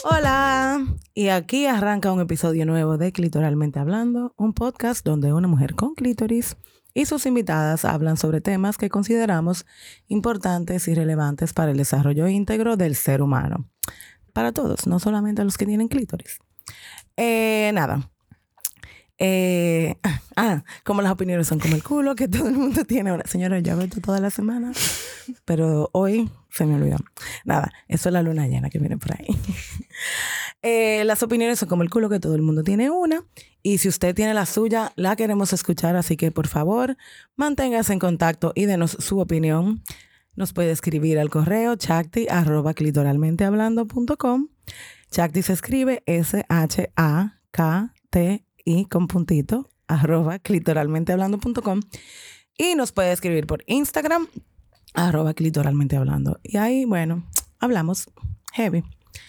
Hola, y aquí arranca un episodio nuevo de Clitoralmente Hablando, un podcast donde una mujer con clítoris y sus invitadas hablan sobre temas que consideramos importantes y relevantes para el desarrollo íntegro del ser humano. Para todos, no solamente a los que tienen clítoris. Como las opiniones son como el culo, que todo el mundo tiene una. Señora, yo hago esto toda la semana, pero hoy se me olvidó. Nada, eso es la luna llena que viene por ahí. Las opiniones son como el culo, que todo el mundo tiene una. Y si usted tiene la suya, la queremos escuchar. Así que, por favor, manténgase en contacto y denos su opinión. Nos puede escribir al correo chakti@clitoralmentehablando.com. Chakti se escribe SHAKTI con puntito @clitoralmentehablando.com. Y nos puede escribir por Instagram @clitoralmentehablando. Y ahí, bueno, hablamos heavy.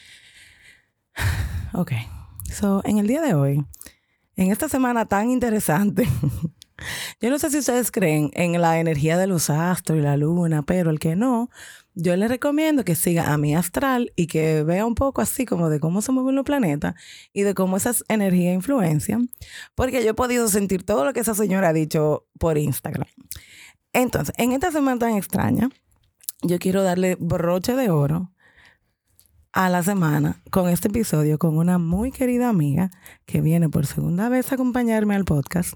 Ok. So, en el día de hoy, en esta semana tan interesante, yo no sé si ustedes creen en la energía de los astros y la luna, pero el que no, yo les recomiendo que siga a mi astral y que vea un poco así como de cómo se mueven los planetas y de cómo esas energías influencian, porque yo he podido sentir todo lo que esa señora ha dicho por Instagram. Entonces, en esta semana tan extraña, yo quiero darle broche de oro a la semana con este episodio con una muy querida amiga que viene por segunda vez a acompañarme al podcast.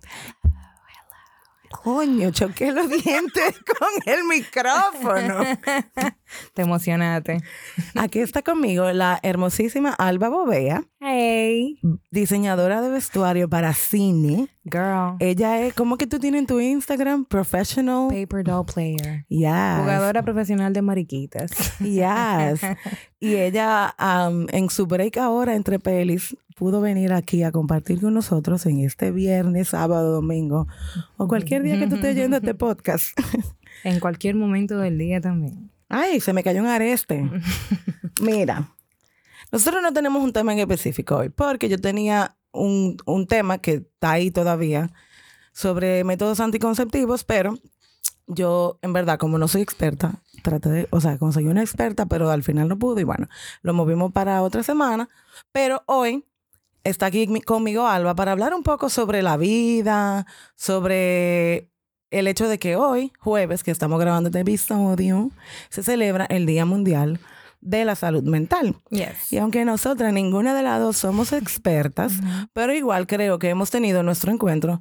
Coño, choqué los dientes con el micrófono. Te emocionaste. Aquí está conmigo la hermosísima Alba Bovea. Hey. Diseñadora de vestuario para cine. Girl. Ella es, ¿cómo que tú tienes en tu Instagram? Professional. Paper doll player. Yes. Jugadora profesional de mariquitas. Yes. Y ella, en su break ahora entre pelis, pudo venir aquí a compartir con nosotros en este viernes, sábado, domingo o cualquier día que tú estés oyendo este podcast. En cualquier momento del día también. Ay, se me cayó un areste. Mira, nosotros no tenemos un tema en específico hoy porque yo tenía un tema que está ahí todavía sobre métodos anticonceptivos, pero yo, en verdad, como no soy experta, como soy una experta, pero al final no pude y bueno, lo movimos para otra semana. Pero hoy está aquí conmigo Alba para hablar un poco sobre la vida, sobre el hecho de que hoy, jueves, que estamos grabando este episodio, se celebra el Día Mundial de la Salud Mental. Yes. Y aunque nosotras, ninguna de las dos somos expertas, pero igual creo que hemos tenido nuestro encuentro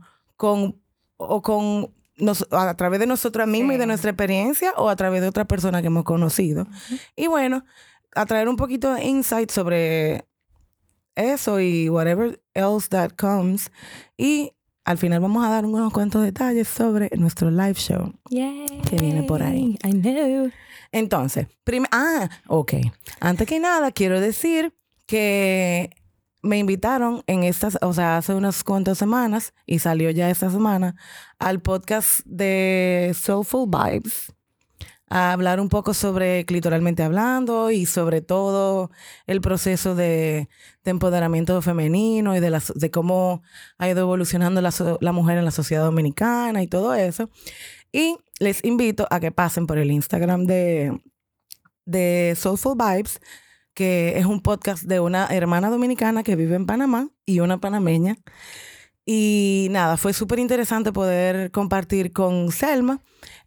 a través de nosotras mismas y de nuestra experiencia o a través de otra persona que hemos conocido. Y bueno, a traer un poquito de insight sobre eso y whatever else that comes. Y al final vamos a dar unos cuantos detalles sobre nuestro live show. Yay. Que viene por ahí. I know. Entonces, ok. Antes que nada, quiero decir que me invitaron hace unas cuantas semanas, y salió ya esta semana, al podcast de Soulful Vibes, a hablar un poco sobre Clitoralmente Hablando y sobre todo el proceso de empoderamiento femenino y de cómo ha ido evolucionando la mujer en la sociedad dominicana y todo eso. Y les invito a que pasen por el Instagram de Soulful Vibes, que es un podcast de una hermana dominicana que vive en Panamá y una panameña. Y nada, fue súper interesante poder compartir con Selma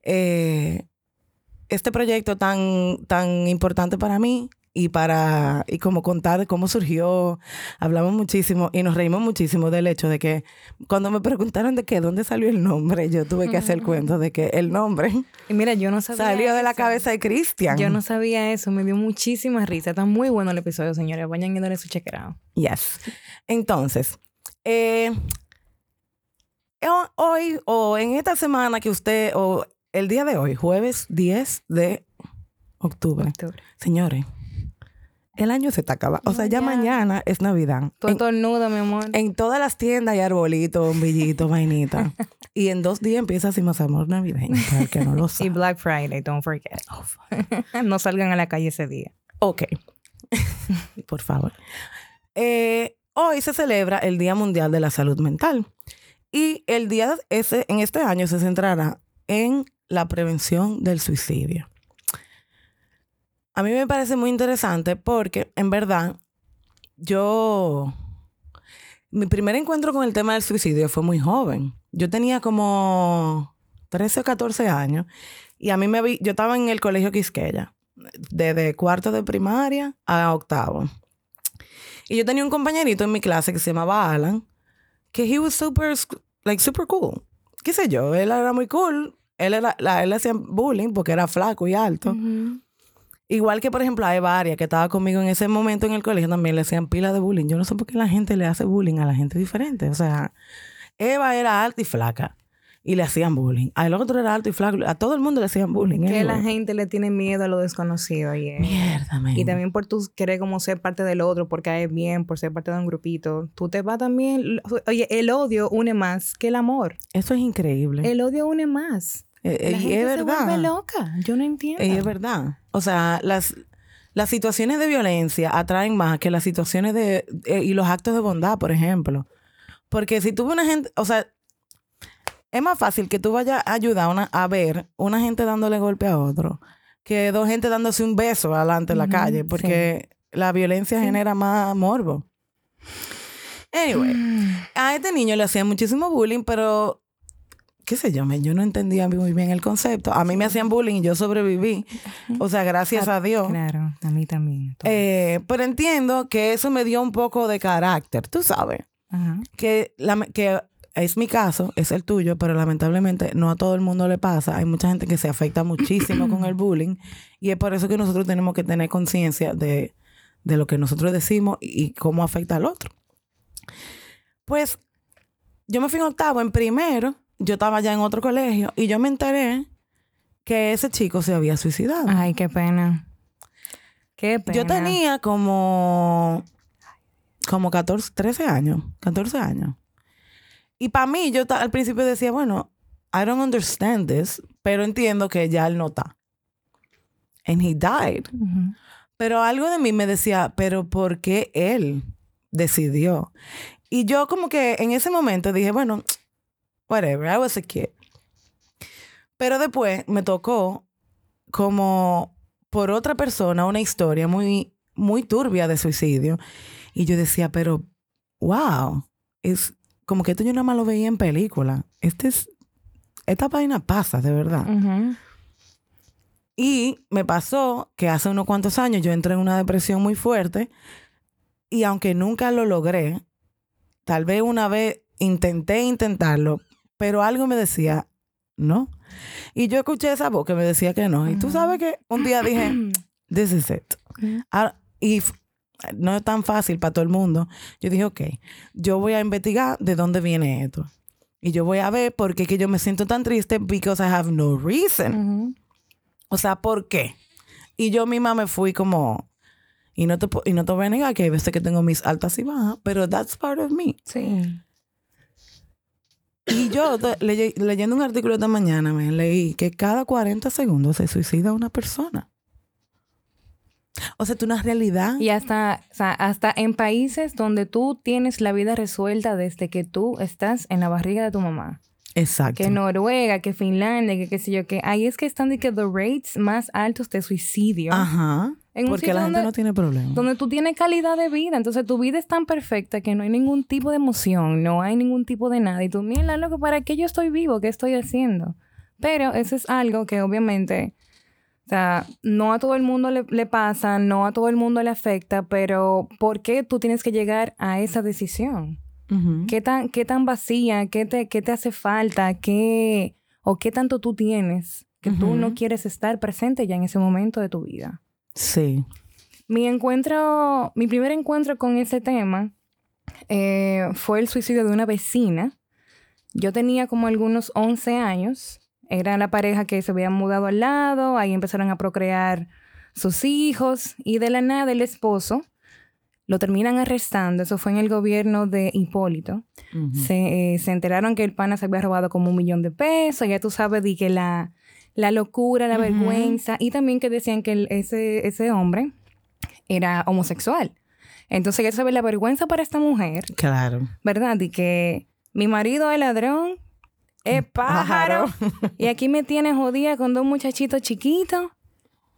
este proyecto tan importante para mí y como contar de cómo surgió. Hablamos muchísimo y nos reímos muchísimo del hecho de que cuando me preguntaron de dónde salió el nombre, yo tuve que hacer el cuento de que el nombre y mira, yo no sabía salió de la eso. cabeza de Cristian. Yo no sabía eso, me dio muchísima risa. Está muy bueno el episodio, señores. Vayan y denle su chequeado. Yes. Entonces, hoy o en esta semana o el día de hoy, jueves 10 de octubre. Señores, el año se está acabando. O sea, ya mañana es Navidad. Tú estornuda, mi amor. En todas las tiendas hay arbolitos, bombillitos, vainitas. Y en 2 días empieza Sin Más Amor navideño, para el que no lo sabe. Y Black Friday, don't forget. No salgan a la calle ese día. Ok. Por favor. Hoy se celebra el Día Mundial de la Salud Mental. Y el día en este año se centrará en la prevención del suicidio. A mí me parece muy interesante porque, en verdad, Mi primer encuentro con el tema del suicidio fue muy joven. Yo tenía como 13 o 14 años y a mí yo estaba en el colegio Quisqueya, desde cuarto de primaria a octavo. Y yo tenía un compañerito en mi clase que se llamaba Alan, que he was super cool. Qué sé yo, él era muy cool. Él le hacía bullying porque era flaco y alto. Ujú. Igual que, por ejemplo, a Eva Aria, que estaba conmigo en ese momento en el colegio, también le hacían pila de bullying. Yo no sé por qué la gente le hace bullying a la gente diferente. O sea, Eva era alta y flaca y le hacían bullying. El otro era alto y flaco. A todo el mundo le hacían bullying. Que anyway. la gente le tiene miedo a lo desconocido. Mierda, man. Y también por tú querer como ser parte del otro, por caer bien, por ser parte de un grupito. Tú te vas también... Oye, el odio une más que el amor. Eso es increíble. El odio une más. La Y gente es se verdad. vuelve loca. Yo no entiendo. Y es verdad. O sea, las situaciones de violencia atraen más que las situaciones y los actos de bondad, por ejemplo. Porque si tú ves una gente... O sea, es más fácil que tú vayas a ayudar a ver una gente dándole golpe a otro que dos gente dándose un beso adelante en la calle. Porque la violencia genera más morbo. Anyway, a este niño le hacían muchísimo bullying, pero... qué sé yo, yo no entendía muy bien el concepto. A mí me hacían bullying y yo sobreviví. O sea, gracias a Dios. Claro, a mí también. Pero entiendo que eso me dio un poco de carácter, tú sabes. Ajá. Que es mi caso, es el tuyo, pero lamentablemente no a todo el mundo le pasa. Hay mucha gente que se afecta muchísimo con el bullying y es por eso que nosotros tenemos que tener conciencia de lo que nosotros decimos y cómo afecta al otro. Pues yo me fui en octavo, en primero. Yo estaba ya en otro colegio y yo me enteré que ese chico se había suicidado. Ay, qué pena. Qué pena. Yo tenía como 14 años. Y para mí, yo al principio decía, bueno, I don't understand this, pero entiendo que ya él no está. And he died. Uh-huh. Pero algo de mí me decía, pero ¿por qué él decidió? Y yo como que en ese momento dije, bueno... whatever, I was a kid. Pero después me tocó como por otra persona una historia muy, muy turbia de suicidio. Y yo decía, pero wow, es como que esto yo nada más lo veía en película. Esta vaina pasa, de verdad. Uh-huh. Y me pasó que hace unos cuantos años yo entré en una depresión muy fuerte y aunque nunca lo logré, tal vez una vez intentarlo, pero algo me decía, no. Y yo escuché esa voz que me decía que no. Y tú sabes que un día dije, this is it. Y no es tan fácil para todo el mundo. Yo dije, ok, yo voy a investigar de dónde viene esto. Y yo voy a ver por qué que yo me siento tan triste because I have no reason. Uh-huh. O sea, ¿por qué? Y yo misma me fui como... Y no te voy a negar que hay veces que tengo mis altas y bajas, pero that's part of me. Sí. Y yo, leyendo un artículo esta mañana, me leí que cada 40 segundos se suicida una persona. O sea, es una realidad. Y hasta en países donde tú tienes la vida resuelta desde que tú estás en la barriga de tu mamá. Exacto. Que Noruega, que Finlandia, que qué sé yo, que ahí es que están de que the rates más altos de suicidio. Ajá. Porque la gente no tiene problema. Donde tú tienes calidad de vida. Entonces tu vida es tan perfecta que no hay ningún tipo de emoción, no hay ningún tipo de nada. Y tú, mira, loco, ¿para qué yo estoy vivo? ¿Qué estoy haciendo? Pero eso es algo que obviamente, o sea, no a todo el mundo le pasa, no a todo el mundo le afecta, pero ¿por qué tú tienes que llegar a esa decisión? Uh-huh. ¿Qué tan vacía? ¿Qué te hace falta? ¿O qué tanto tú tienes que tú no quieres estar presente ya en ese momento de tu vida? Sí. Mi primer encuentro con ese tema fue el suicidio de una vecina. Yo tenía como algunos 11 años. Era la pareja que se había mudado al lado. Ahí empezaron a procrear sus hijos. Y de la nada el esposo lo terminan arrestando. Eso fue en el gobierno de Hipólito. Uh-huh. Se enteraron que el pana se había robado como $1,000,000. Ya tú sabes de que la locura, la vergüenza. Y también que decían que ese hombre era homosexual. Entonces ya tú sabes la vergüenza para esta mujer. Claro. ¿Verdad? Y que mi marido es ladrón, es pájaro. Y aquí me tiene jodida con 2 muchachitos chiquitos.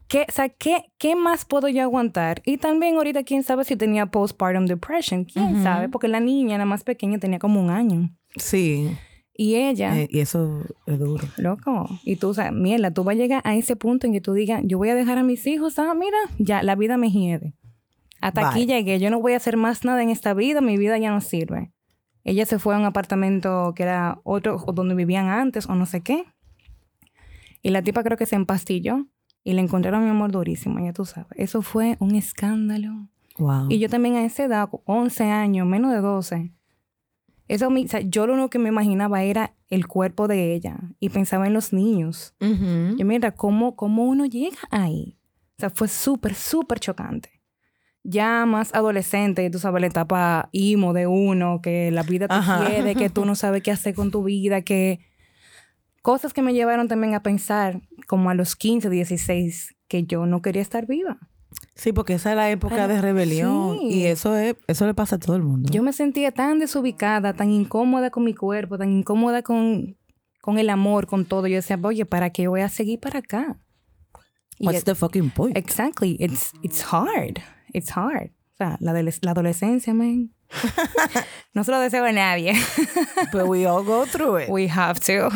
¿qué más puedo yo aguantar? Y también ahorita, quién sabe si tenía postpartum depression. ¿Quién sabe? Porque la niña, la más pequeña, tenía como 1 año. Sí. Y ella... y eso es duro. Loco. Y tú, o sea, mierda, tú vas a llegar a ese punto en que tú digas, yo voy a dejar a mis hijos, mira, ya, la vida me hiede. Hasta aquí llegué. Yo no voy a hacer más nada en esta vida. Mi vida ya no sirve. Ella se fue a un apartamento que era otro, donde vivían antes o no sé qué. Y la tipa creo que se empastilló. Y le encontraron mi amor durísimo, ya tú sabes. Eso fue un escándalo. Wow. Y yo también a esa edad, 11 años, menos de 12. Eso, o sea, yo lo único que me imaginaba era el cuerpo de ella. Y pensaba en los niños. Yo, mira, ¿cómo uno llega ahí? O sea, fue súper, súper chocante. Ya más adolescente, tú sabes, la etapa emo de uno, que la vida te quiere, que tú no sabes qué hacer con tu vida, que... Cosas que me llevaron también a pensar, como a los 15, 16, que yo no quería estar viva. Sí, porque esa es la época de rebelión. Sí. Y eso le pasa a todo el mundo. Yo me sentía tan desubicada, tan incómoda con mi cuerpo, tan incómoda con el amor, con todo. Yo decía, oye, ¿para qué voy a seguir para acá? What's the fucking point? Exactly. It's hard. It's hard. O sea, la adolescencia, man. No se lo deseo a nadie. But we all go through it. We have to.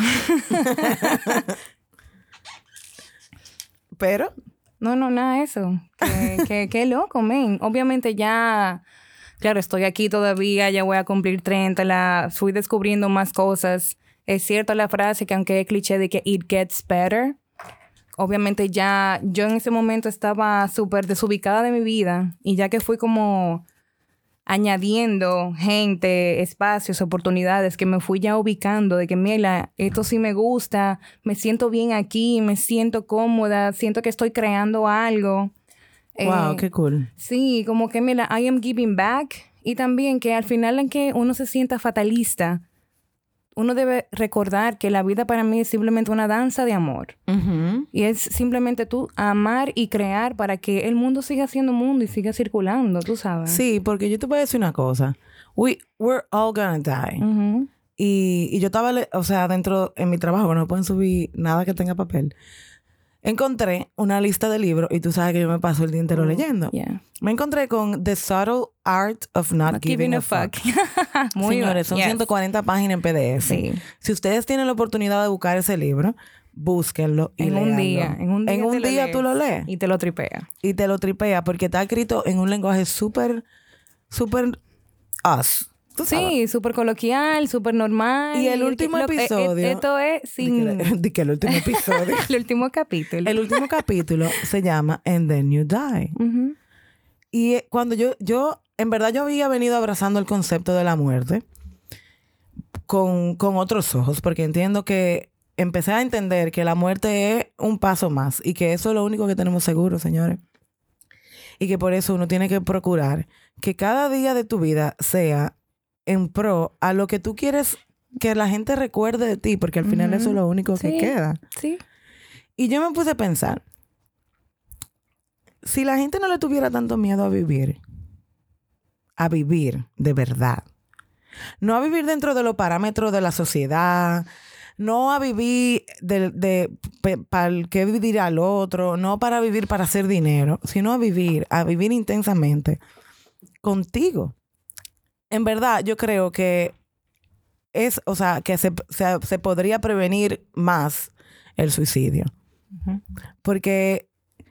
Pero... No, nada de eso. Qué loco, man. Obviamente ya... Claro, estoy aquí todavía. Ya voy a cumplir 30. Fui descubriendo más cosas. Es cierto la frase que aunque es cliché de que it gets better... Obviamente ya yo en ese momento estaba súper desubicada de mi vida. Y ya que fui como... añadiendo gente, espacios, oportunidades, que me fui ya ubicando de que, mira, esto sí me gusta, me siento bien aquí, me siento cómoda, siento que estoy creando algo. Wow, qué cool. Sí, como que, mira, I am giving back. Y también que al final en que uno se sienta fatalista, uno debe recordar que la vida para mí es simplemente una danza de amor. Y es simplemente tú amar y crear para que el mundo siga siendo mundo y siga circulando, tú sabes. Sí, porque yo te voy a decir una cosa. We're all gonna die. Y yo estaba, o sea, en mi trabajo, no pueden subir nada que tenga papel. Encontré una lista de libros y tú sabes que yo me paso el día entero leyendo. Yeah. Me encontré con The Subtle Art of Not Giving a Fuck. Muy Señores, son 140 páginas en PDF. Sí. Si ustedes tienen la oportunidad de buscar ese libro, búsquenlo y léanlo. En un día tú lo lees. Y te lo tripeas. Y te lo tripeas porque está escrito en un lenguaje súper, súper us. Sí, súper coloquial, súper normal. Y el último episodio... Esto es sin... Di que el último episodio. El último capítulo. El último capítulo se llama And Then You Die. Y cuando yo... En verdad yo había venido abrazando el concepto de la muerte con otros ojos. Porque entiendo que... Empecé a entender que la muerte es un paso más. Y que eso es lo único que tenemos seguro, señores. Y que por eso uno tiene que procurar que cada día de tu vida sea... en pro a lo que tú quieres que la gente recuerde de ti, porque al final eso es lo único que queda. Sí. Y yo me puse a pensar, si la gente no le tuviera tanto miedo a vivir de verdad, no a vivir dentro de los parámetros de la sociedad, no a vivir para el que dirá al otro, no para vivir para hacer dinero, sino a vivir intensamente contigo. En verdad, yo creo que que se podría prevenir más el suicidio. Porque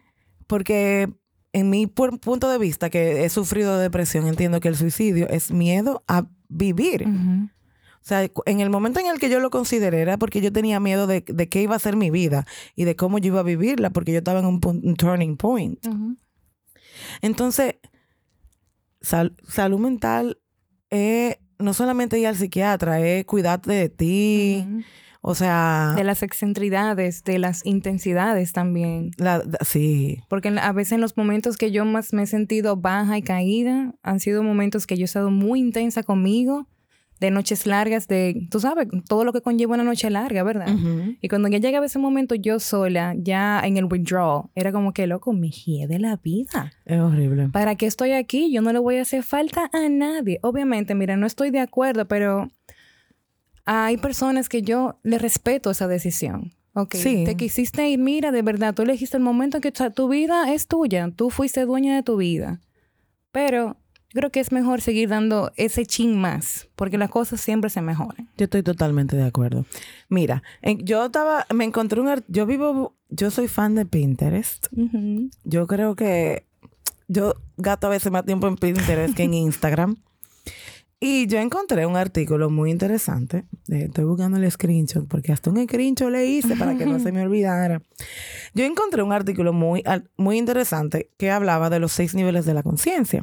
en mi punto de vista, que he sufrido de depresión, entiendo que el suicidio es miedo a vivir. O sea, en el momento en el que yo lo consideré era porque yo tenía miedo de qué iba a ser mi vida y de cómo yo iba a vivirla, porque yo estaba en un turning point. Entonces, salud mental es no solamente ir al psiquiatra, es cuidarte de ti. O sea... De las excentridades, de las intensidades también. Sí. Porque a veces en los momentos que yo más me he sentido baja y caída, han sido momentos que yo he estado muy intensa conmigo, de noches largas, tú sabes, todo lo que conlleva una noche larga, ¿verdad? Y cuando ya llegaba ese momento yo sola, ya en el withdrawal, era como que, loco, me hiede la vida. Es horrible. ¿Para qué estoy aquí? Yo no le voy a hacer falta a nadie. Obviamente, mira, no estoy de acuerdo, pero hay personas que yo les respeto esa decisión. Ok, Sí. te quisiste ir, mira, de verdad, tú elegiste el momento en que tu vida es tuya, tú fuiste dueña de tu vida. Pero yo creo que es mejor seguir dando ese chin más, porque las cosas siempre se mejoran. Yo estoy totalmente de acuerdo. Mira, me encontré yo soy fan de Pinterest. Ujú. Yo creo que yo gasto a veces más tiempo en Pinterest que en Instagram. Y yo encontré un artículo muy interesante. Estoy buscando el screenshot porque hasta un screenshot le hice para que no se me olvidara. Yo encontré un artículo muy interesante que hablaba de los 6 niveles de la conciencia.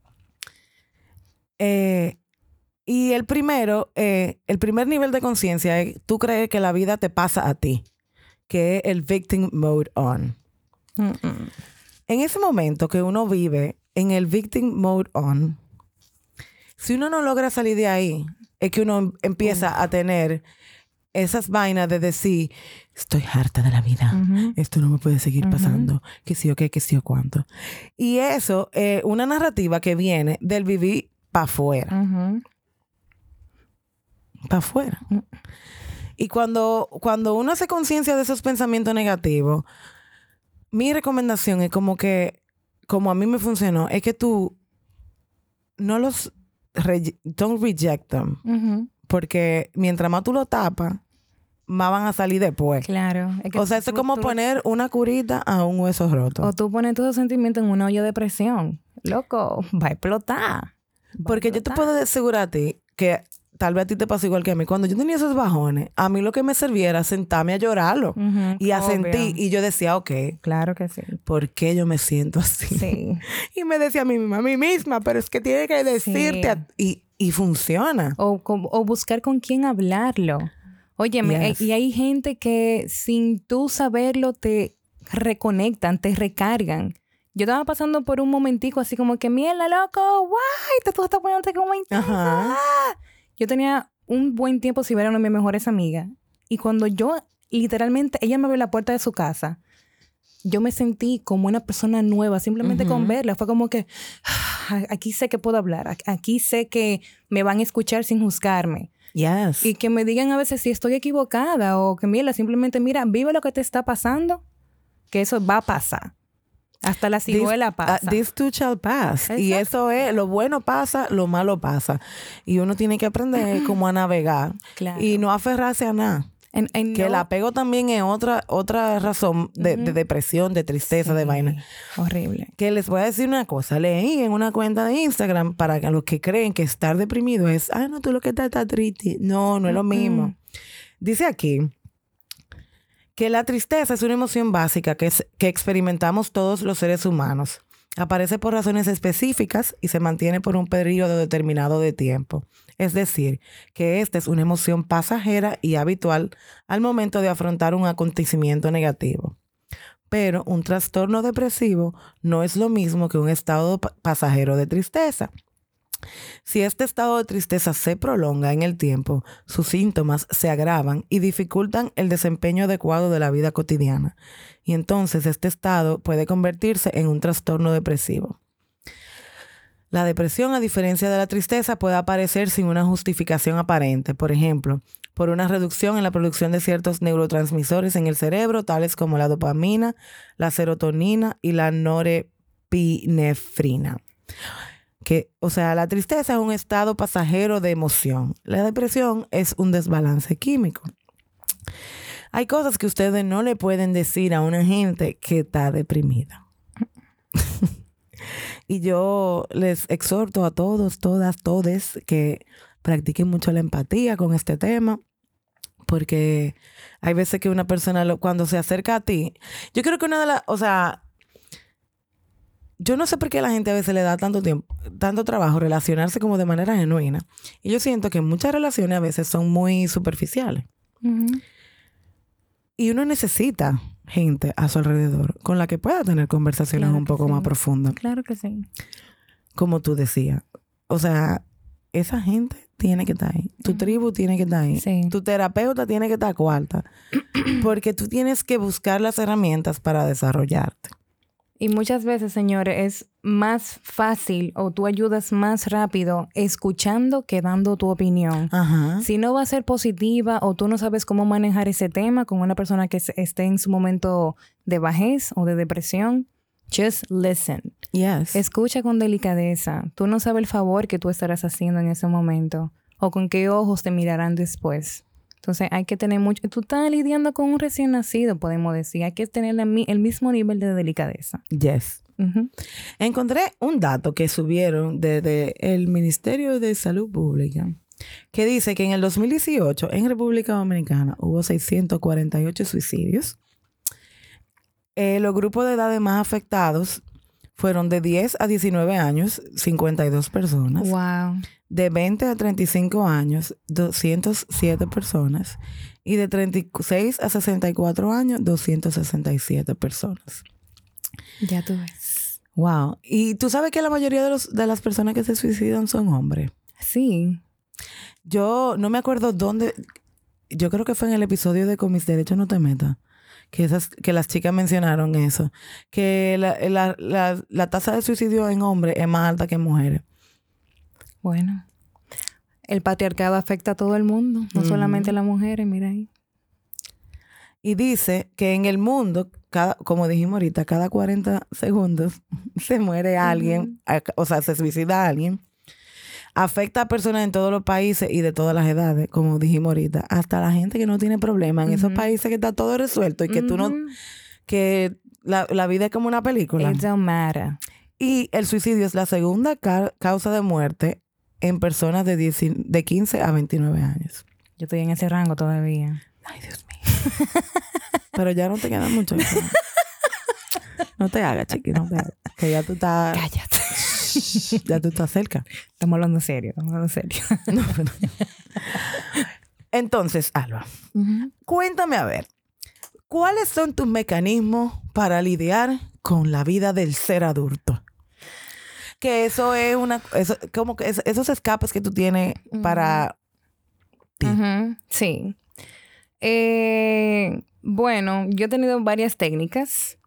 Y el primer nivel de conciencia es tú crees que la vida te pasa a ti, que es el victim mode on. Mm-mm. En ese momento que uno vive en el victim mode on, si uno no logra salir de ahí, es que uno empieza a tener esas vainas de decir, estoy harta de la vida, esto no me puede seguir pasando, que sí o qué, que sí o cuánto. Y eso es una narrativa que viene del vivir para afuera. Ujú. Para afuera. Y cuando uno hace conciencia de esos pensamientos negativos, mi recomendación es como a mí me funcionó, es que tú no los don't reject them. Ujú. Porque mientras más tú lo tapas, más van a salir después. Claro. Es que O sea, eso es como poner una curita a un hueso roto. O tú pones todos esos sentimientos en una olla de presión. Loco, va a explotar. Porque yo te puedo asegurar a ti que tal vez a ti te pasa igual que a mí. Cuando yo tenía esos bajones, a mí lo que me servía era sentarme a llorarlo. Ujú, Y a obvio. sentir. Y yo decía, ok, Claro que sí. ¿por qué yo me siento así? Sí. Y me decía a mí misma, pero es que tiene que decirte. Y funciona. O buscar con quién hablarlo. Óyeme, Yes. y hay gente que sin tú saberlo te reconectan, te recargan. Yo estaba pasando por un momentico así como que, mierda, loco, guay, tú estás poniéndote como intensa. Ajá. Yo tenía un buen tiempo sin ver a una de mis mejores amigas. Y cuando yo, literalmente, ella me abrió la puerta de su casa, yo me sentí como una persona nueva, simplemente con verla. Fue como que, aquí sé que puedo hablar, aquí sé que me van a escuchar sin juzgarme. Yes. Y que me digan a veces si estoy equivocada o que, mira, simplemente, mira, vive lo que te está pasando, que eso va a pasar. Hasta la ciruela pasa. This too shall pass. Exacto. Y eso es, lo bueno pasa, lo malo pasa. Y uno tiene que aprender cómo a navegar. Claro. Y no aferrarse a nada. Que el apego también es otra razón de depresión, de tristeza, de vaina. Horrible. Que les voy a decir una cosa. Leí en una cuenta de Instagram para que los que creen que estar deprimido es, no, tú lo que estás triste. No es lo mismo. Dice aquí que la tristeza es una emoción básica que experimentamos todos los seres humanos. Aparece por razones específicas y se mantiene por un periodo determinado de tiempo. Es decir, que esta es una emoción pasajera y habitual al momento de afrontar un acontecimiento negativo. Pero un trastorno depresivo no es lo mismo que un estado pasajero de tristeza. Si este estado de tristeza se prolonga en el tiempo, sus síntomas se agravan y dificultan el desempeño adecuado de la vida cotidiana. Y entonces este estado puede convertirse en un trastorno depresivo. La depresión, a diferencia de la tristeza, puede aparecer sin una justificación aparente. Por ejemplo, por una reducción en la producción de ciertos neurotransmisores en el cerebro, tales como la dopamina, la serotonina y la norepinefrina. O sea, la tristeza es un estado pasajero de emoción. La depresión es un desbalance químico. Hay cosas que ustedes no le pueden decir a una gente que está deprimida. Y yo les exhorto a todos, todas, todes que practiquen mucho la empatía con este tema. Porque hay veces que una persona cuando se acerca a ti, yo creo que yo no sé por qué a la gente a veces le da tanto trabajo relacionarse como de manera genuina. Y yo siento que muchas relaciones a veces son muy superficiales. Uh-huh. Y uno necesita gente a su alrededor con la que pueda tener conversaciones un poco más profundas. Claro que sí. Como tú decías. O sea, esa gente tiene que estar ahí. Tu tribu tiene que estar ahí. Sí. Tu terapeuta tiene que estar cuarta. Porque tú tienes que buscar las herramientas para desarrollarte. Y muchas veces, señores, es más fácil o tú ayudas más rápido escuchando que dando tu opinión. Ajá. Si no va a ser positiva o tú no sabes cómo manejar ese tema con una persona que esté en su momento de bajez o de depresión, just listen. Yes. Escucha con delicadeza. Tú no sabes el favor que tú estarás haciendo en ese momento o con qué ojos te mirarán después. Entonces hay que tener mucho... Tú estás lidiando con un recién nacido, podemos decir. Hay que tener el mismo nivel de delicadeza. Yes. Uh-huh. Encontré un dato que subieron desde el Ministerio de Salud Pública que dice que en el 2018 en República Dominicana hubo 648 suicidios. Los grupos de edades más afectados fueron de 10 a 19 años, 52 personas. Wow. De 20 a 35 años, 207 personas. Y de 36 a 64 años, 267 personas. Ya tú ves. Wow. Y tú sabes que la mayoría de las personas que se suicidan son hombres. Sí. Yo no me acuerdo dónde. Yo creo que fue en el episodio de Con mis derechos no te metas. Que las chicas mencionaron eso. Que la tasa de suicidio en hombres es más alta que en mujeres. Bueno. El patriarcado afecta a todo el mundo. No solamente a las mujeres. Mira ahí. Y dice que en el mundo, como dijimos ahorita, cada 40 segundos se muere alguien, o sea, se suicida alguien. Afecta a personas en todos los países y de todas las edades, como dijimos ahorita. Hasta la gente que no tiene problemas. En esos países que está todo resuelto y que tú no... Que la vida es como una película. It don't matter. Y el suicidio es la segunda causa de muerte en personas de 15 a 29 años. Yo estoy en ese rango todavía. Ay, Dios mío. Pero ya no te queda mucho. No te hagas, chiqui, no te hagas. Que ya tú estás... Cállate. Ya tú estás cerca. Estamos hablando serio, No, pero... Entonces, Alba, cuéntame a ver, ¿cuáles son tus mecanismos para lidiar con la vida del ser adulto? Que eso es como que esos escapes que tú tienes para ti. Sí. Bueno, yo he tenido varias técnicas.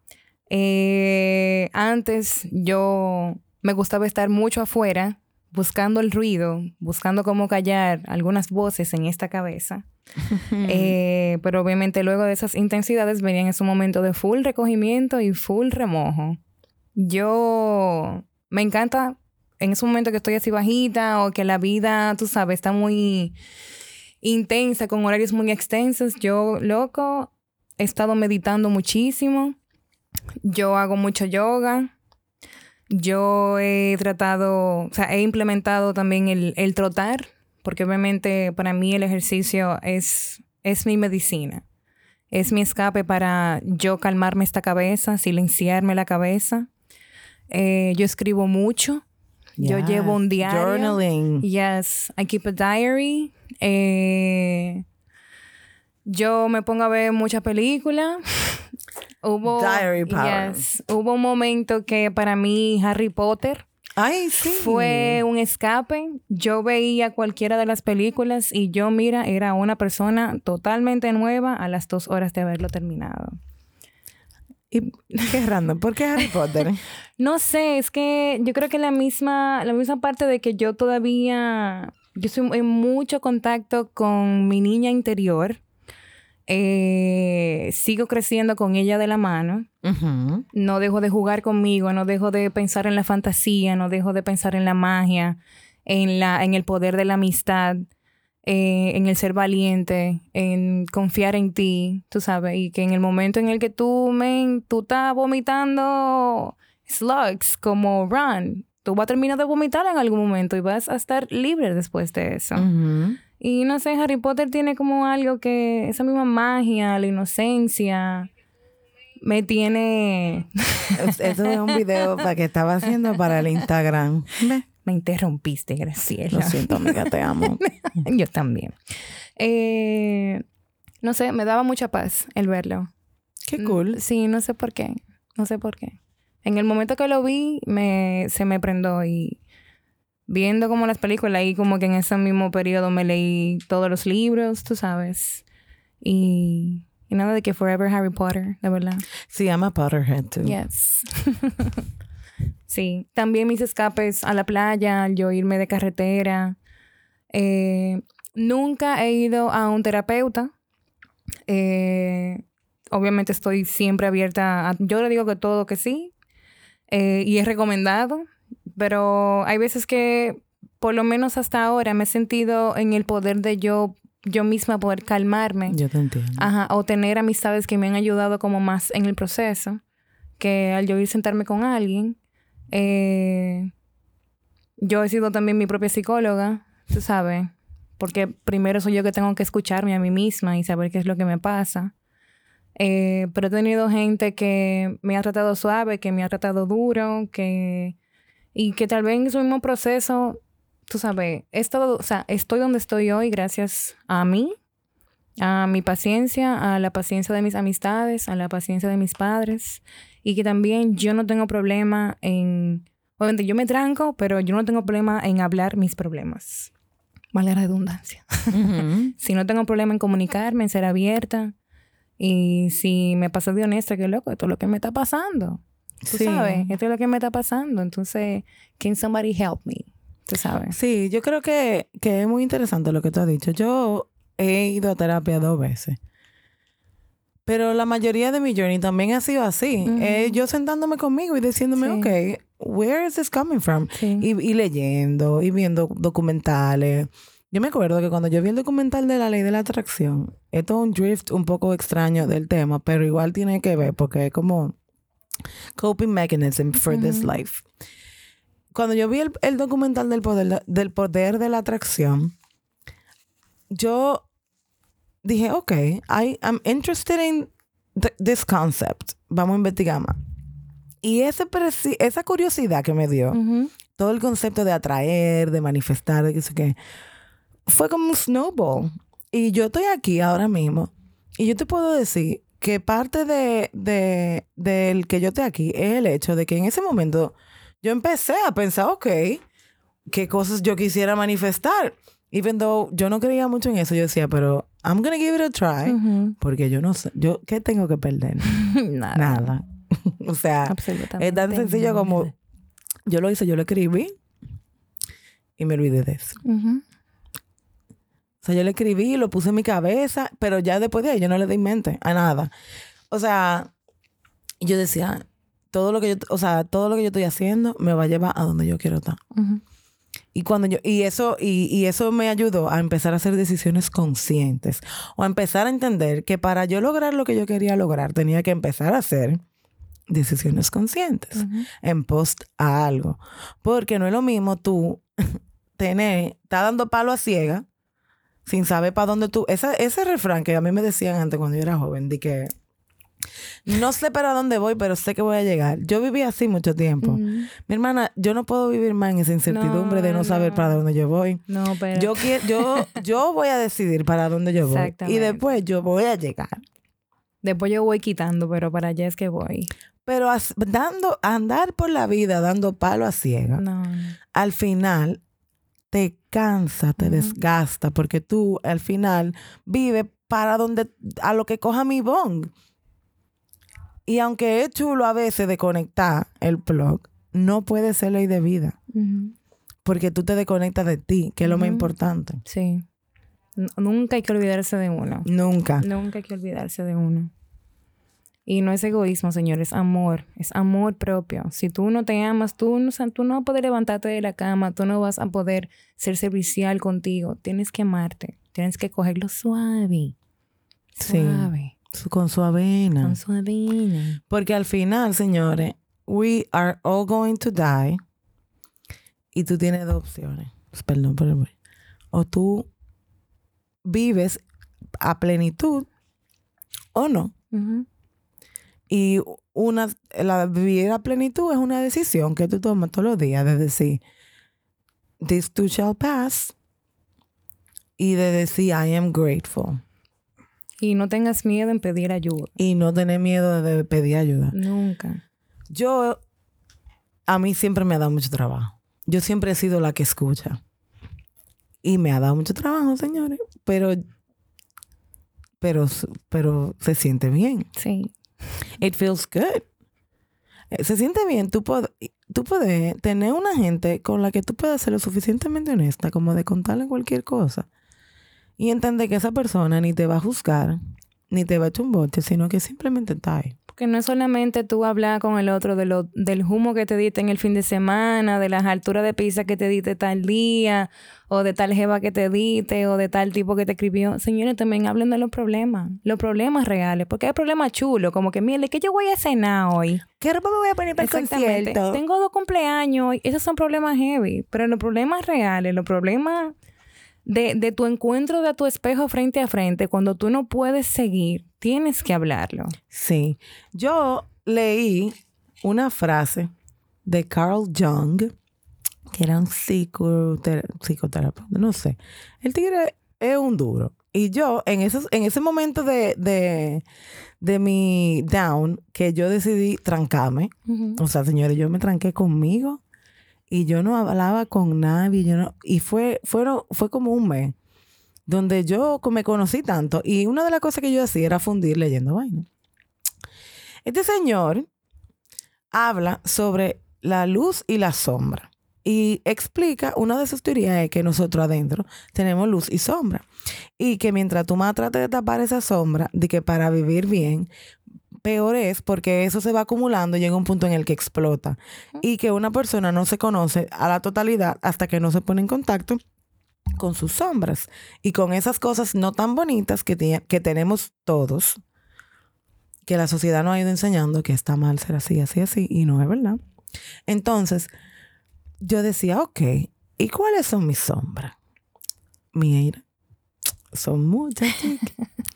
Antes yo me gustaba estar mucho afuera, buscando el ruido, buscando cómo callar algunas voces en esta cabeza. Pero obviamente luego de esas intensidades venían esos momentos de full recogimiento y full remojo. Yo me encanta en ese momento que estoy así bajita o que la vida, tú sabes, está muy intensa, con horarios muy extensos. Yo, loco, he estado meditando muchísimo. Yo hago mucho yoga. Yo he implementado también el trotar, porque obviamente para mí el ejercicio es mi medicina. Es mi escape para yo calmarme esta cabeza, silenciarme la cabeza. Yo escribo mucho. Yes. Yo llevo un diario. Journaling. Yes. I keep a diary. Yo me pongo a ver muchas películas. Diary power. Yes, hubo un momento que para mí Harry Potter fue un escape. Yo veía cualquiera de las películas y yo, era una persona totalmente nueva a las 2 horas de haberlo terminado. ¿Y qué random? ¿Por qué Harry Potter? No sé, es que yo creo que la misma parte de que yo todavía... Yo estoy en mucho contacto con mi niña interior. Sigo creciendo con ella de la mano. Uh-huh. No dejo de jugar conmigo, no dejo de pensar en la fantasía, no dejo de pensar en la magia, en el poder de la amistad, en el ser valiente, en confiar en ti, tú sabes, y que en el momento en el que tú estás vomitando slugs como Ron, tú vas a terminar de vomitar en algún momento y vas a estar libre después de eso. Uh-huh. Y no sé, Harry Potter tiene como algo que... Esa misma magia, la inocencia... Me tiene... Eso es un video que estaba haciendo para el Instagram. Me interrumpiste, Graciela. Lo siento, amiga, te amo. Yo también. No sé, me daba mucha paz el verlo. Qué cool. Sí, no sé por qué. En el momento que lo vi, se me prendó y... Viendo como las películas y como que en ese mismo periodo me leí todos los libros, tú sabes. Y Y nada de que forever Harry Potter, de verdad. Sí, I'm a Potterhead too. Yes. Sí. También mis escapes a la playa, yo irme de carretera. Nunca he ido a un terapeuta. Obviamente estoy siempre abierta a... Yo le digo que todo que sí. Y es recomendado. Pero hay veces que, por lo menos hasta ahora, me he sentido en el poder de yo misma poder calmarme. Yo te entiendo. Ajá, o tener amistades que me han ayudado como más en el proceso, que al yo ir sentarme con alguien. Yo he sido también mi propia psicóloga, tú sabes, porque primero soy yo que tengo que escucharme a mí misma y saber qué es lo que me pasa. Pero he tenido gente que me ha tratado suave, que me ha tratado duro, y que tal vez en su mismo proceso, tú sabes, estoy donde estoy hoy gracias a mí, a mi paciencia, a la paciencia de mis amistades, a la paciencia de mis padres, y que también yo no tengo problema obviamente yo me tranco, pero yo no tengo problema en hablar mis problemas. Vale la redundancia. Uh-huh. Si no tengo problema en comunicarme, en ser abierta, y si me paso de honesta, que loco, esto es lo que me está pasando. Tú sabes, esto es lo que me está pasando. Entonces, can somebody help me? Tú sabes. Sí, yo creo que es muy interesante lo que tú has dicho. Yo he ido a terapia 2 veces. Pero la mayoría de mi journey también ha sido así. Uh-huh. Yo sentándome conmigo y diciéndome, Sí. okay, where is this coming from? Sí. Y leyendo, y viendo documentales. Yo me acuerdo que cuando yo vi el documental de la ley de la atracción, esto es un drift un poco extraño del tema, pero igual tiene que ver porque es como coping mechanism for this life. Cuando yo vi el documental del poder de la atracción, yo dije, okay, I'm interested in this concept. Vamos a investigar más. Y esa curiosidad que me dio, Uh-huh. todo el concepto de atraer, de manifestar, de qué sé qué, fue como un snowball. Y yo estoy aquí ahora mismo. Y yo te puedo decir que parte del que yo esté aquí es el hecho de que en ese momento yo empecé a pensar, okay, qué cosas yo quisiera manifestar. Even though yo no creía mucho en eso, yo decía, pero I'm gonna give it a try. Uh-huh. Porque yo no sé, ¿qué tengo que perder? Nada. O sea, Absolutamente. es tan sencillo como yo lo hice, yo lo escribí y me olvidé de eso. Uh-huh. O sea, yo lo escribí, lo puse en mi cabeza, pero ya después de ahí yo no le di mente a nada. O sea, yo decía, todo lo que yo estoy haciendo me va a llevar a donde yo quiero estar. Uh-huh. Y eso me ayudó a empezar a hacer decisiones conscientes o a empezar a entender que para yo lograr lo que yo quería lograr tenía que empezar a hacer decisiones conscientes en pos a algo. Porque no es lo mismo tú está dando palo a ciega sin saber para dónde tú... Ese refrán que a mí me decían antes cuando yo era joven, de que no sé para dónde voy, pero sé que voy a llegar. Yo viví así mucho tiempo. Mi hermana, yo no puedo vivir más en esa incertidumbre de no saber para dónde yo voy. No, pero... Yo voy a decidir para dónde yo voy. Exactamente. Y después yo voy a llegar. Después yo voy quitando, pero para allá es que voy. Pero andar por la vida dando palo a ciega, No. al final te cansa, te desgasta, porque tú al final vives a lo que coja mi bong. Y aunque es chulo a veces de conectar el plug, no puede ser ley de vida. Uh-huh. Porque tú te desconectas de ti, que es lo más importante. Sí. Nunca hay que olvidarse de uno. Nunca. Nunca hay que olvidarse de uno. Y no es egoísmo, señor, es amor propio. Si tú no te amas, tú no vas a poder levantarte de la cama, tú no vas a poder ser servicial contigo. Tienes que amarte, tienes que cogerlo suave. Suave. Sí, con su avena. Con su avena. Porque al final, señores, we are all going to die. Y tú tienes 2 opciones. Perdón por el... O tú vives a plenitud o no. Uh-huh. Y vivir a plenitud es una decisión que tú tomas todos los días de decir, this too shall pass. Y de decir, I am grateful. Y no tengas miedo en pedir ayuda. Y no tener miedo de pedir ayuda. Nunca. A mí siempre me ha dado mucho trabajo. Yo siempre he sido la que escucha. Y me ha dado mucho trabajo, señores. Pero pero se siente bien. Sí. It feels good. Se siente bien. Tú puedes tener una gente con la que tú puedas ser lo suficientemente honesta como de contarle cualquier cosa y entender que esa persona ni te va a juzgar, ni te va a echar un bote, sino que simplemente está ahí. Porque no es solamente tú hablar con el otro del humo que te diste en el fin de semana, de las alturas de pizza que te diste tal día, o de tal jeva que te diste, o de tal tipo que te escribió. Señores, también hablen de los problemas reales, porque hay problemas chulos, como que, mire, ¿qué yo voy a cenar hoy? ¿Qué ropa me voy a poner para el concierto? Tengo 2 cumpleaños hoy. Esos son problemas heavy, pero los problemas reales, los problemas de tu encuentro de tu espejo frente a frente, cuando tú no puedes seguir, tienes que hablarlo. Sí. Yo leí una frase de Carl Jung, que era un psicoterapeuta, no sé. El tigre es un duro. Y yo, en ese momento de mi down, que yo decidí trancarme, o sea, señores, yo me tranqué conmigo y yo no hablaba con nadie, y fue como un mes donde yo me conocí tanto, y una de las cosas que yo hacía era fundir leyendo vaina. Este señor habla sobre la luz y la sombra y explica, una de sus teorías es que nosotros adentro tenemos luz y sombra, y que mientras tú más trates de tapar esa sombra, de que para vivir bien, peor es, porque eso se va acumulando y llega un punto en el que explota, y que una persona no se conoce a la totalidad hasta que no se pone en contacto con sus sombras y con esas cosas no tan bonitas que tenemos todos, que la sociedad nos ha ido enseñando que está mal ser así, así, así, y no es verdad. Entonces, yo decía, ok, ¿y cuáles son mis sombras? Mira, son muchas, chicas.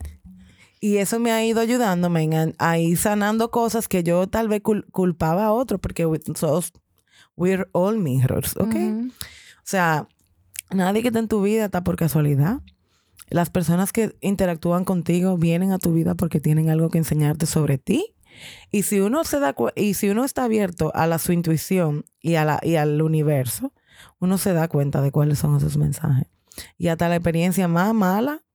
Y eso me ha ido ayudándome a ir sanando cosas que yo tal vez culpaba a otros, porque we're all mirrors, ¿ok? O sea, nadie que está en tu vida está por casualidad. Las personas que interactúan contigo vienen a tu vida porque tienen algo que enseñarte sobre ti. Y si uno está abierto a su intuición y al universo, uno se da cuenta de cuáles son esos mensajes. Y hasta la experiencia más mala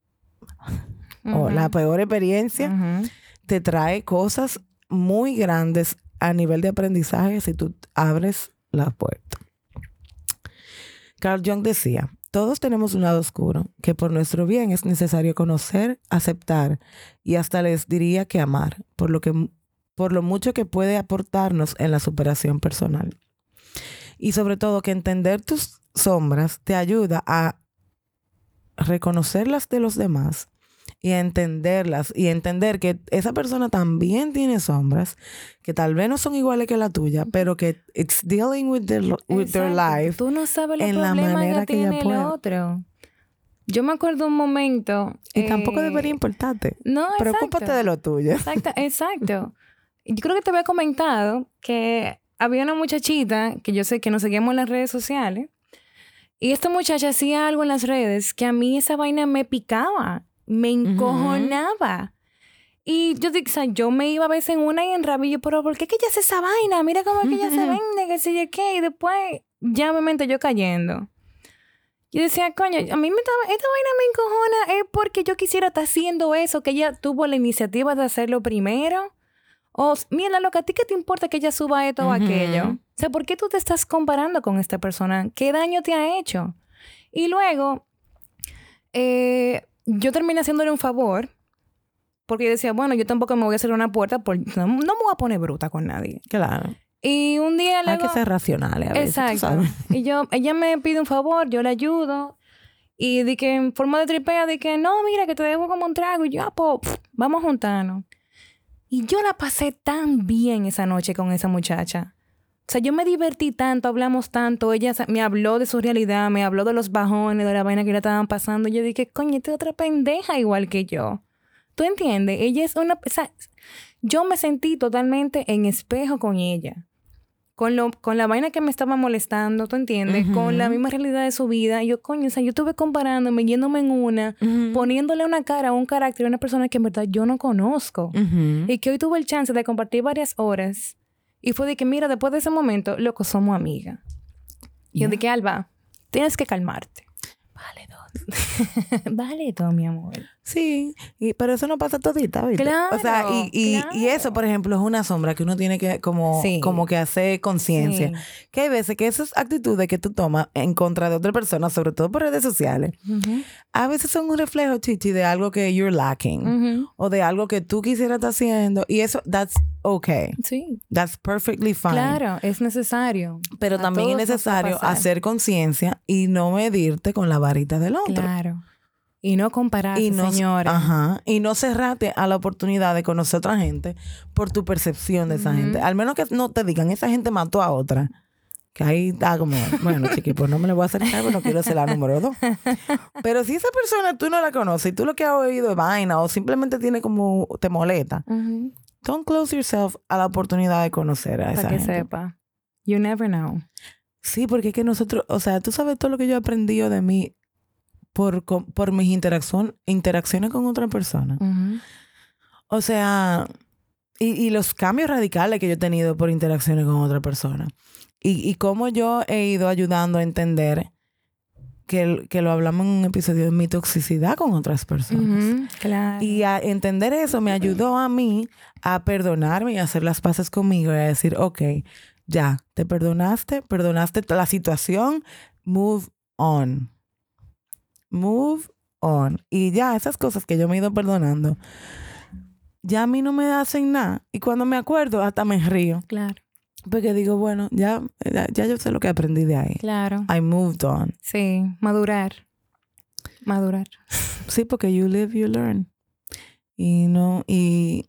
o la peor experiencia te trae cosas muy grandes a nivel de aprendizaje si tú abres la puerta. Carl Jung decía, todos tenemos un lado oscuro que por nuestro bien es necesario conocer, aceptar y hasta les diría que amar, por lo mucho que puede aportarnos en la superación personal. Y sobre todo que entender tus sombras te ayuda a reconocerlas de los demás y a entenderlas y entender que esa persona también tiene sombras que tal vez no son iguales que la tuya, pero que it's dealing with their life. Tú no sabes los en la problemas manera que que tiene ella el puede. otro. Yo me acuerdo un momento. Y tampoco debería importarte. No, preocúpate de lo tuyo. Exacto. Yo creo que te había comentado que había una muchachita que yo sé que nos seguíamos en las redes sociales. Y esta muchacha hacía algo en las redes que a mí esa vaina me picaba. Me encojonaba. Y yo, o sea, yo me iba a veces en una y en rabillo, pero ¿por qué que ella hace esa vaina? Mira cómo es que ella se vende, que sé yo qué. Y después, ya obviamente yo cayendo. Yo decía, coño, esta vaina me encojona es porque yo quisiera estar haciendo eso, que ella tuvo la iniciativa de hacerlo primero. O, mira, lo que a ti que te importa que ella suba esto o aquello. O sea, ¿por qué tú te estás comparando con esta persona? ¿Qué daño te ha hecho? Y luego, yo terminé haciéndole un favor, porque yo decía, bueno, yo tampoco me voy a hacer una puerta, no me voy a poner bruta con nadie. Claro. Y un día hay que ser racionales a veces. Exacto. ¿Tú sabes? Y ella me pide un favor, yo le ayudo. Y de que en forma de tripea, de que no, mira, que te debo como un trago. Y yo, pues, vamos a juntarnos. Y yo la pasé tan bien esa noche con esa muchacha. O sea, yo me divertí tanto, hablamos tanto. Ella me habló de su realidad, me habló de los bajones, de la vaina que le estaban pasando. Y yo dije, coño, esta es otra pendeja igual que yo. ¿Tú entiendes? Ella es una... O sea, yo me sentí totalmente en espejo con ella. Con la vaina que me estaba molestando, ¿tú entiendes? Con la misma realidad de su vida. Y yo, coño, o sea, yo estuve comparándome, yéndome en una, poniéndole una cara, un carácter a una persona que en verdad yo no conozco. Y que hoy tuve el chance de compartir varias horas. Y fue de que, mira, después de ese momento, loco, somos amigas. Y yo de que, Alba, tienes que calmarte. Vale, dos. Vale, todo, mi amor. Sí, pero eso no pasa todita, ¿viste? Claro, o sea, y eso, por ejemplo, es una sombra que uno tiene que como que hacer conciencia. Sí. Que hay veces que esas actitudes que tú tomas en contra de otra persona, sobre todo por redes sociales, a veces son un reflejo, Chichi, de algo que you're lacking o de algo que tú quisieras estar haciendo. Y eso, that's okay. Sí. That's perfectly fine. Claro, es necesario. Pero también es necesario hacer conciencia y no medirte con la varita del otro. Claro. Y no compararse, señora. Ajá. Y no cerrarte a la oportunidad de conocer a otra gente por tu percepción de esa gente. Al menos que no te digan, esa gente mató a otra. Que ahí está como, bueno, chiqui, pues no me le voy a acercar, pero no quiero ser la número 2. Pero si esa persona tú no la conoces y tú lo que has oído es vaina o simplemente tiene como, te molesta, don't close yourself a la oportunidad de conocer a esa gente. Para que sepa. You never know. Sí, porque es que nosotros, o sea, tú sabes todo lo que yo he aprendido de mí por mis interacciones con otra persona. O sea, y los cambios radicales que yo he tenido por interacciones con otra persona. Y cómo yo he ido ayudando a entender que lo hablamos en un episodio de mi toxicidad con otras personas. Claro. Y a entender eso me ayudó a mí a perdonarme y a hacer las paces conmigo y a decir, ok, ya, te perdonaste la situación, move on. Move on. Y ya, esas cosas que yo me he ido perdonando, ya a mí no me hacen nada. Y cuando me acuerdo, hasta me río. Claro. Porque digo, bueno, ya yo sé lo que aprendí de ahí. Claro. I moved on. Sí, madurar. Sí, porque you live, you learn. Y no, y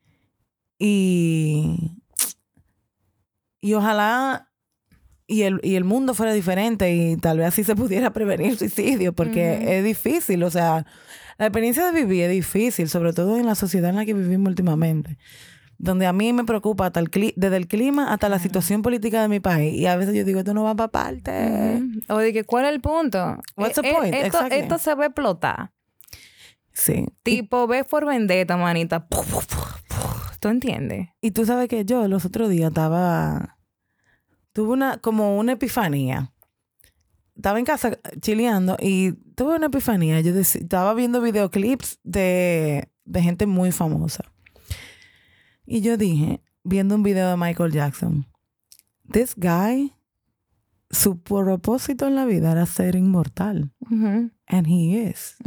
ojalá y el mundo fuera diferente y tal vez así se pudiera prevenir el suicidio, porque es difícil, o sea, la experiencia de vivir es difícil, sobre todo en la sociedad en la que vivimos últimamente, donde a mí me preocupa desde el clima hasta la situación política de mi país, y a veces yo digo, esto no va para parte. O de que, ¿cuál es el punto? What's the point? Esto se va a explotar. Sí. Tipo, ve por vendetta, manita. ¿Tú entiendes? Y tú sabes que yo los otros días tuve una epifanía. Estaba en casa chileando y tuve una epifanía. Yo estaba viendo videoclips de gente muy famosa. Y yo dije, viendo un video de Michael Jackson, this guy, su propósito en la vida era ser inmortal. And he is.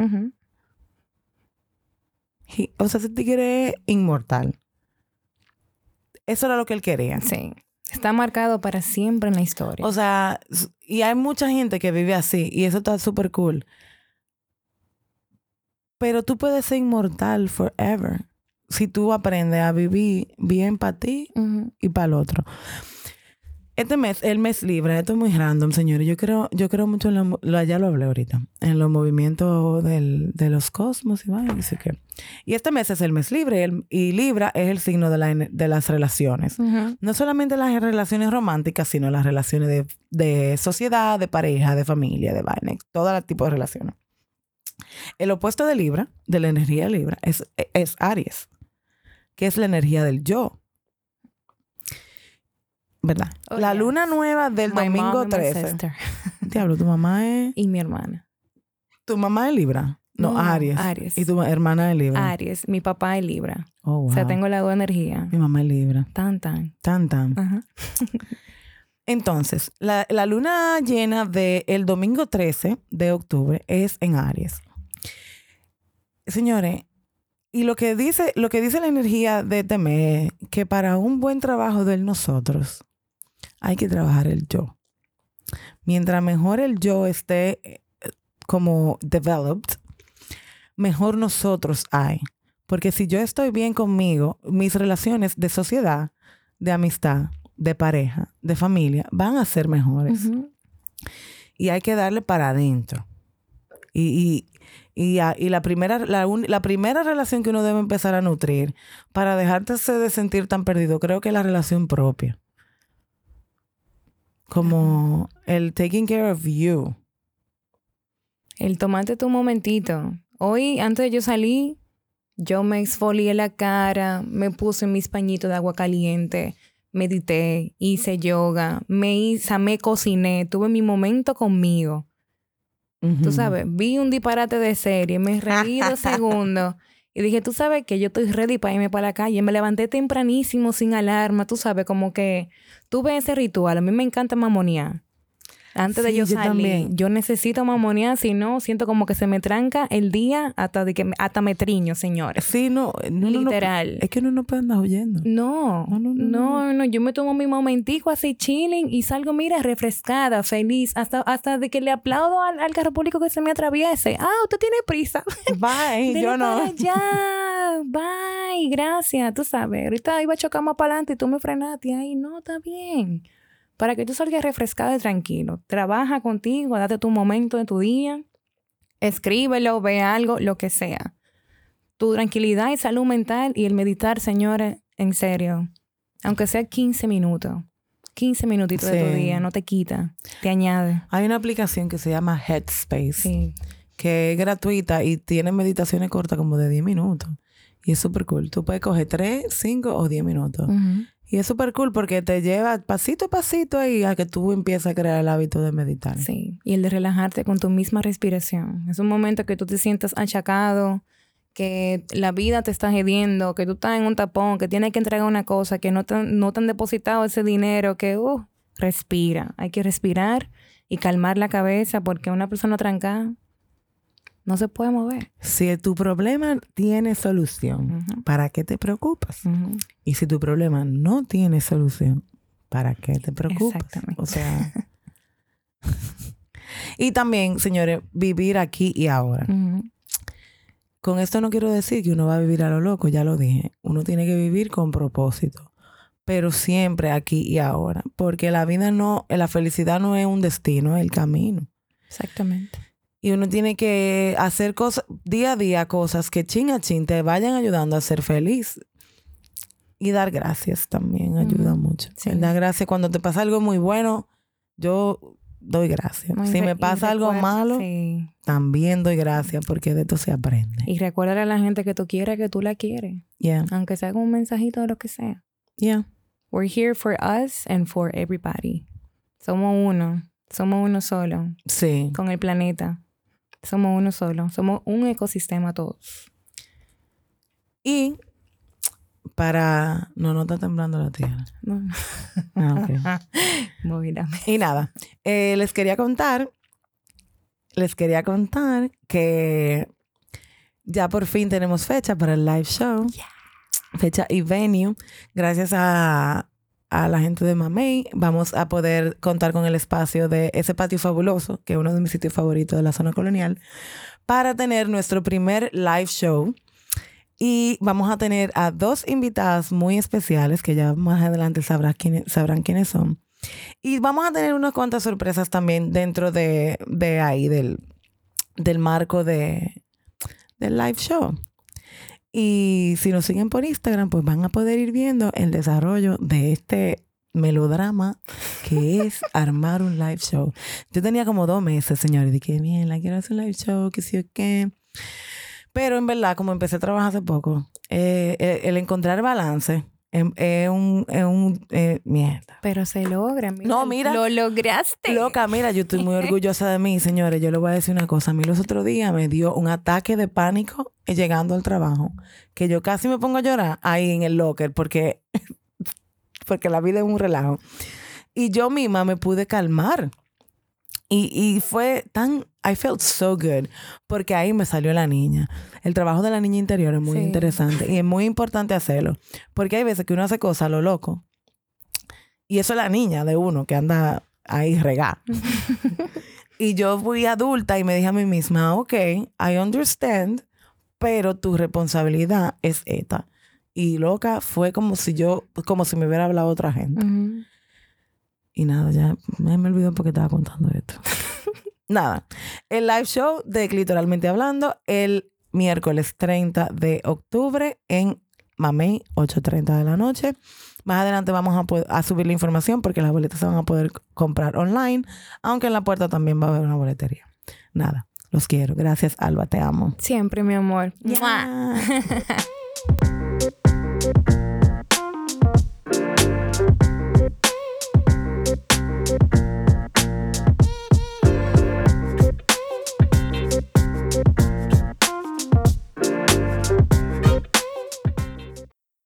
O sea, ese tigre es inmortal. Eso era lo que él quería. Sí. Está marcado para siempre en la historia. O sea, y hay mucha gente que vive así y eso está súper cool. Pero tú puedes ser inmortal forever si tú aprendes a vivir bien para ti y para el otro. Este mes, el mes libre, esto es muy random, señores. Yo creo mucho ya lo hablé ahorita, en los movimientos de los cosmos y vaya, así que. Y este mes es el mes libre y Libra es el signo de las relaciones. No solamente las relaciones románticas, sino las relaciones de sociedad, de pareja, de familia, de vaina, todo tipo de relaciones. El opuesto de Libra, de la energía de Libra, es Aries, que es la energía del yo. ¿Verdad? La luna nueva del domingo 13. Diablo, tu mamá es... Y mi hermana. ¿Tu mamá es Libra? No, Aries. Aries. ¿Y tu hermana es Libra? Aries. Mi papá es Libra. Oh, wow. O sea, tengo las dos energías. Mi mamá es Libra. Tan. Ajá. Entonces, la luna llena del domingo 13 de octubre es en Aries. Señores, y lo que dice la energía de este mes, que para un buen trabajo de nosotros hay que trabajar el yo. Mientras mejor el yo esté como developed, mejor nosotros hay. Porque si yo estoy bien conmigo, mis relaciones de sociedad, de amistad, de pareja, de familia, van a ser mejores. Y hay que darle para adentro. Y la primera relación que uno debe empezar a nutrir para dejarse de sentir tan perdido, creo que es la relación propia. Como el taking care of you. El tomarte tu momentito. Hoy, antes de yo salir, yo me exfolié la cara, me puse mis pañitos de agua caliente, medité, hice yoga, me cociné, tuve mi momento conmigo. Tú sabes, vi un disparate de serie, me reí 2 segundos y dije, tú sabes que yo estoy ready para irme para la calle. Me levanté tempranísimo, sin alarma, tú sabes, como que tuve ese ritual. A mí me encanta mamonear. Antes de yo salir, yo necesito mamonear, si no, siento como que se me tranca el día hasta me triño, señores. Sí, literal. Es que uno no puede andar huyendo. No, yo me tomo mi momentico así chilling y salgo, mira, refrescada, feliz, hasta de que le aplaudo al carro público que se me atraviese. Usted tiene prisa. Bye, yo no. Ya, bye, gracias, tú sabes. Ahorita iba a chocar más para adelante y tú me frenaste ahí. No, está bien. Para que tú salgas refrescado y tranquilo. Trabaja contigo, date tu momento de tu día. Escríbelo, ve algo, lo que sea. Tu tranquilidad y salud mental y el meditar, señores, en serio. Aunque sea 15 minutos. 15 minutitos de tu día, no te quita, te añade. Hay una aplicación que se llama Headspace, que es gratuita y tiene meditaciones cortas como de 10 minutos. Y es súper cool. Tú puedes coger 3, 5 o 10 minutos. Y es súper cool porque te lleva pasito a pasito ahí a que tú empieces a crear el hábito de meditar. Sí, y el de relajarte con tu misma respiración. Es un momento que tú te sientas achacado, que la vida te está hediendo, que tú estás en un tapón, que tienes que entregar una cosa, que no te han depositado ese dinero, que respira. Hay que respirar y calmar la cabeza porque una persona trancada no se puede mover. Si tu problema tiene solución, ¿para qué te preocupas? Y si tu problema no tiene solución, ¿para qué te preocupas? Exactamente. O sea... Y también, señores, vivir aquí y ahora. Con esto no quiero decir que uno va a vivir a lo loco, ya lo dije. Uno tiene que vivir con propósito, pero siempre aquí y ahora. Porque la felicidad no es un destino, es el camino. Exactamente. Y uno tiene que hacer cosas, día a día, cosas que chin a chin te vayan ayudando a ser feliz. Y dar gracias también ayuda mucho. Sí. Dar gracias cuando te pasa algo muy bueno, yo doy gracias. Si me pasa algo malo, también doy gracias porque de esto se aprende. Y recuérdale a la gente que tú quieres que tú la quieres. Yeah. Aunque sea con un mensajito de lo que sea. Yeah. We're here for us and for everybody. Somos uno solo. Sí. Con el planeta. Somos uno solo. Somos un ecosistema todos. Y no está temblando la tierra. No. Okay. Mírame. Y nada, les quería contar que ya por fin tenemos fecha para el live show. Yeah. Fecha y venue. Gracias a la gente de Mamey vamos a poder contar con el espacio de ese patio fabuloso, que es uno de mis sitios favoritos de la zona colonial, para tener nuestro primer live show. Y vamos a tener a 2 invitadas muy especiales que ya más adelante sabrán quiénes son. Y vamos a tener unas cuantas sorpresas también dentro de ahí, del marco del live show. Y si nos siguen por Instagram, pues van a poder ir viendo el desarrollo de este melodrama que es armar un live show. Yo tenía como 2 meses, señores, dije, bien, quiero hacer un live show, que sí o qué. Pero en verdad, como empecé a trabajar hace poco, el encontrar balance es un mierda. Pero se logra. Mira, no, mira. Lo lograste. Loca, mira, yo estoy muy orgullosa de mí, señores. Yo les voy a decir una cosa. A mí los otros días me dio un ataque de pánico llegando al trabajo, que yo casi me pongo a llorar ahí en el locker porque la vida es un relajo. Y yo misma me pude calmar. Y fue I felt so good, porque ahí me salió la niña. El trabajo de la niña interior es muy interesante y es muy importante hacerlo, porque hay veces que uno hace cosas a lo loco y eso es la niña de uno que anda ahí regada. Y yo fui adulta y me dije a mí misma, ok, I understand, pero tu responsabilidad es esta. Y loca, fue como si me hubiera hablado otra gente. Y nada, ya me olvidó porque estaba contando esto. Nada. El live show de Clitoralmente Hablando el miércoles 30 de octubre en Mamey, 8:30 de la noche. Más adelante vamos a subir la información porque las boletas se van a poder comprar online, aunque en la puerta también va a haber una boletería. Nada, los quiero. Gracias, Alba, te amo. Siempre, mi amor. Yeah.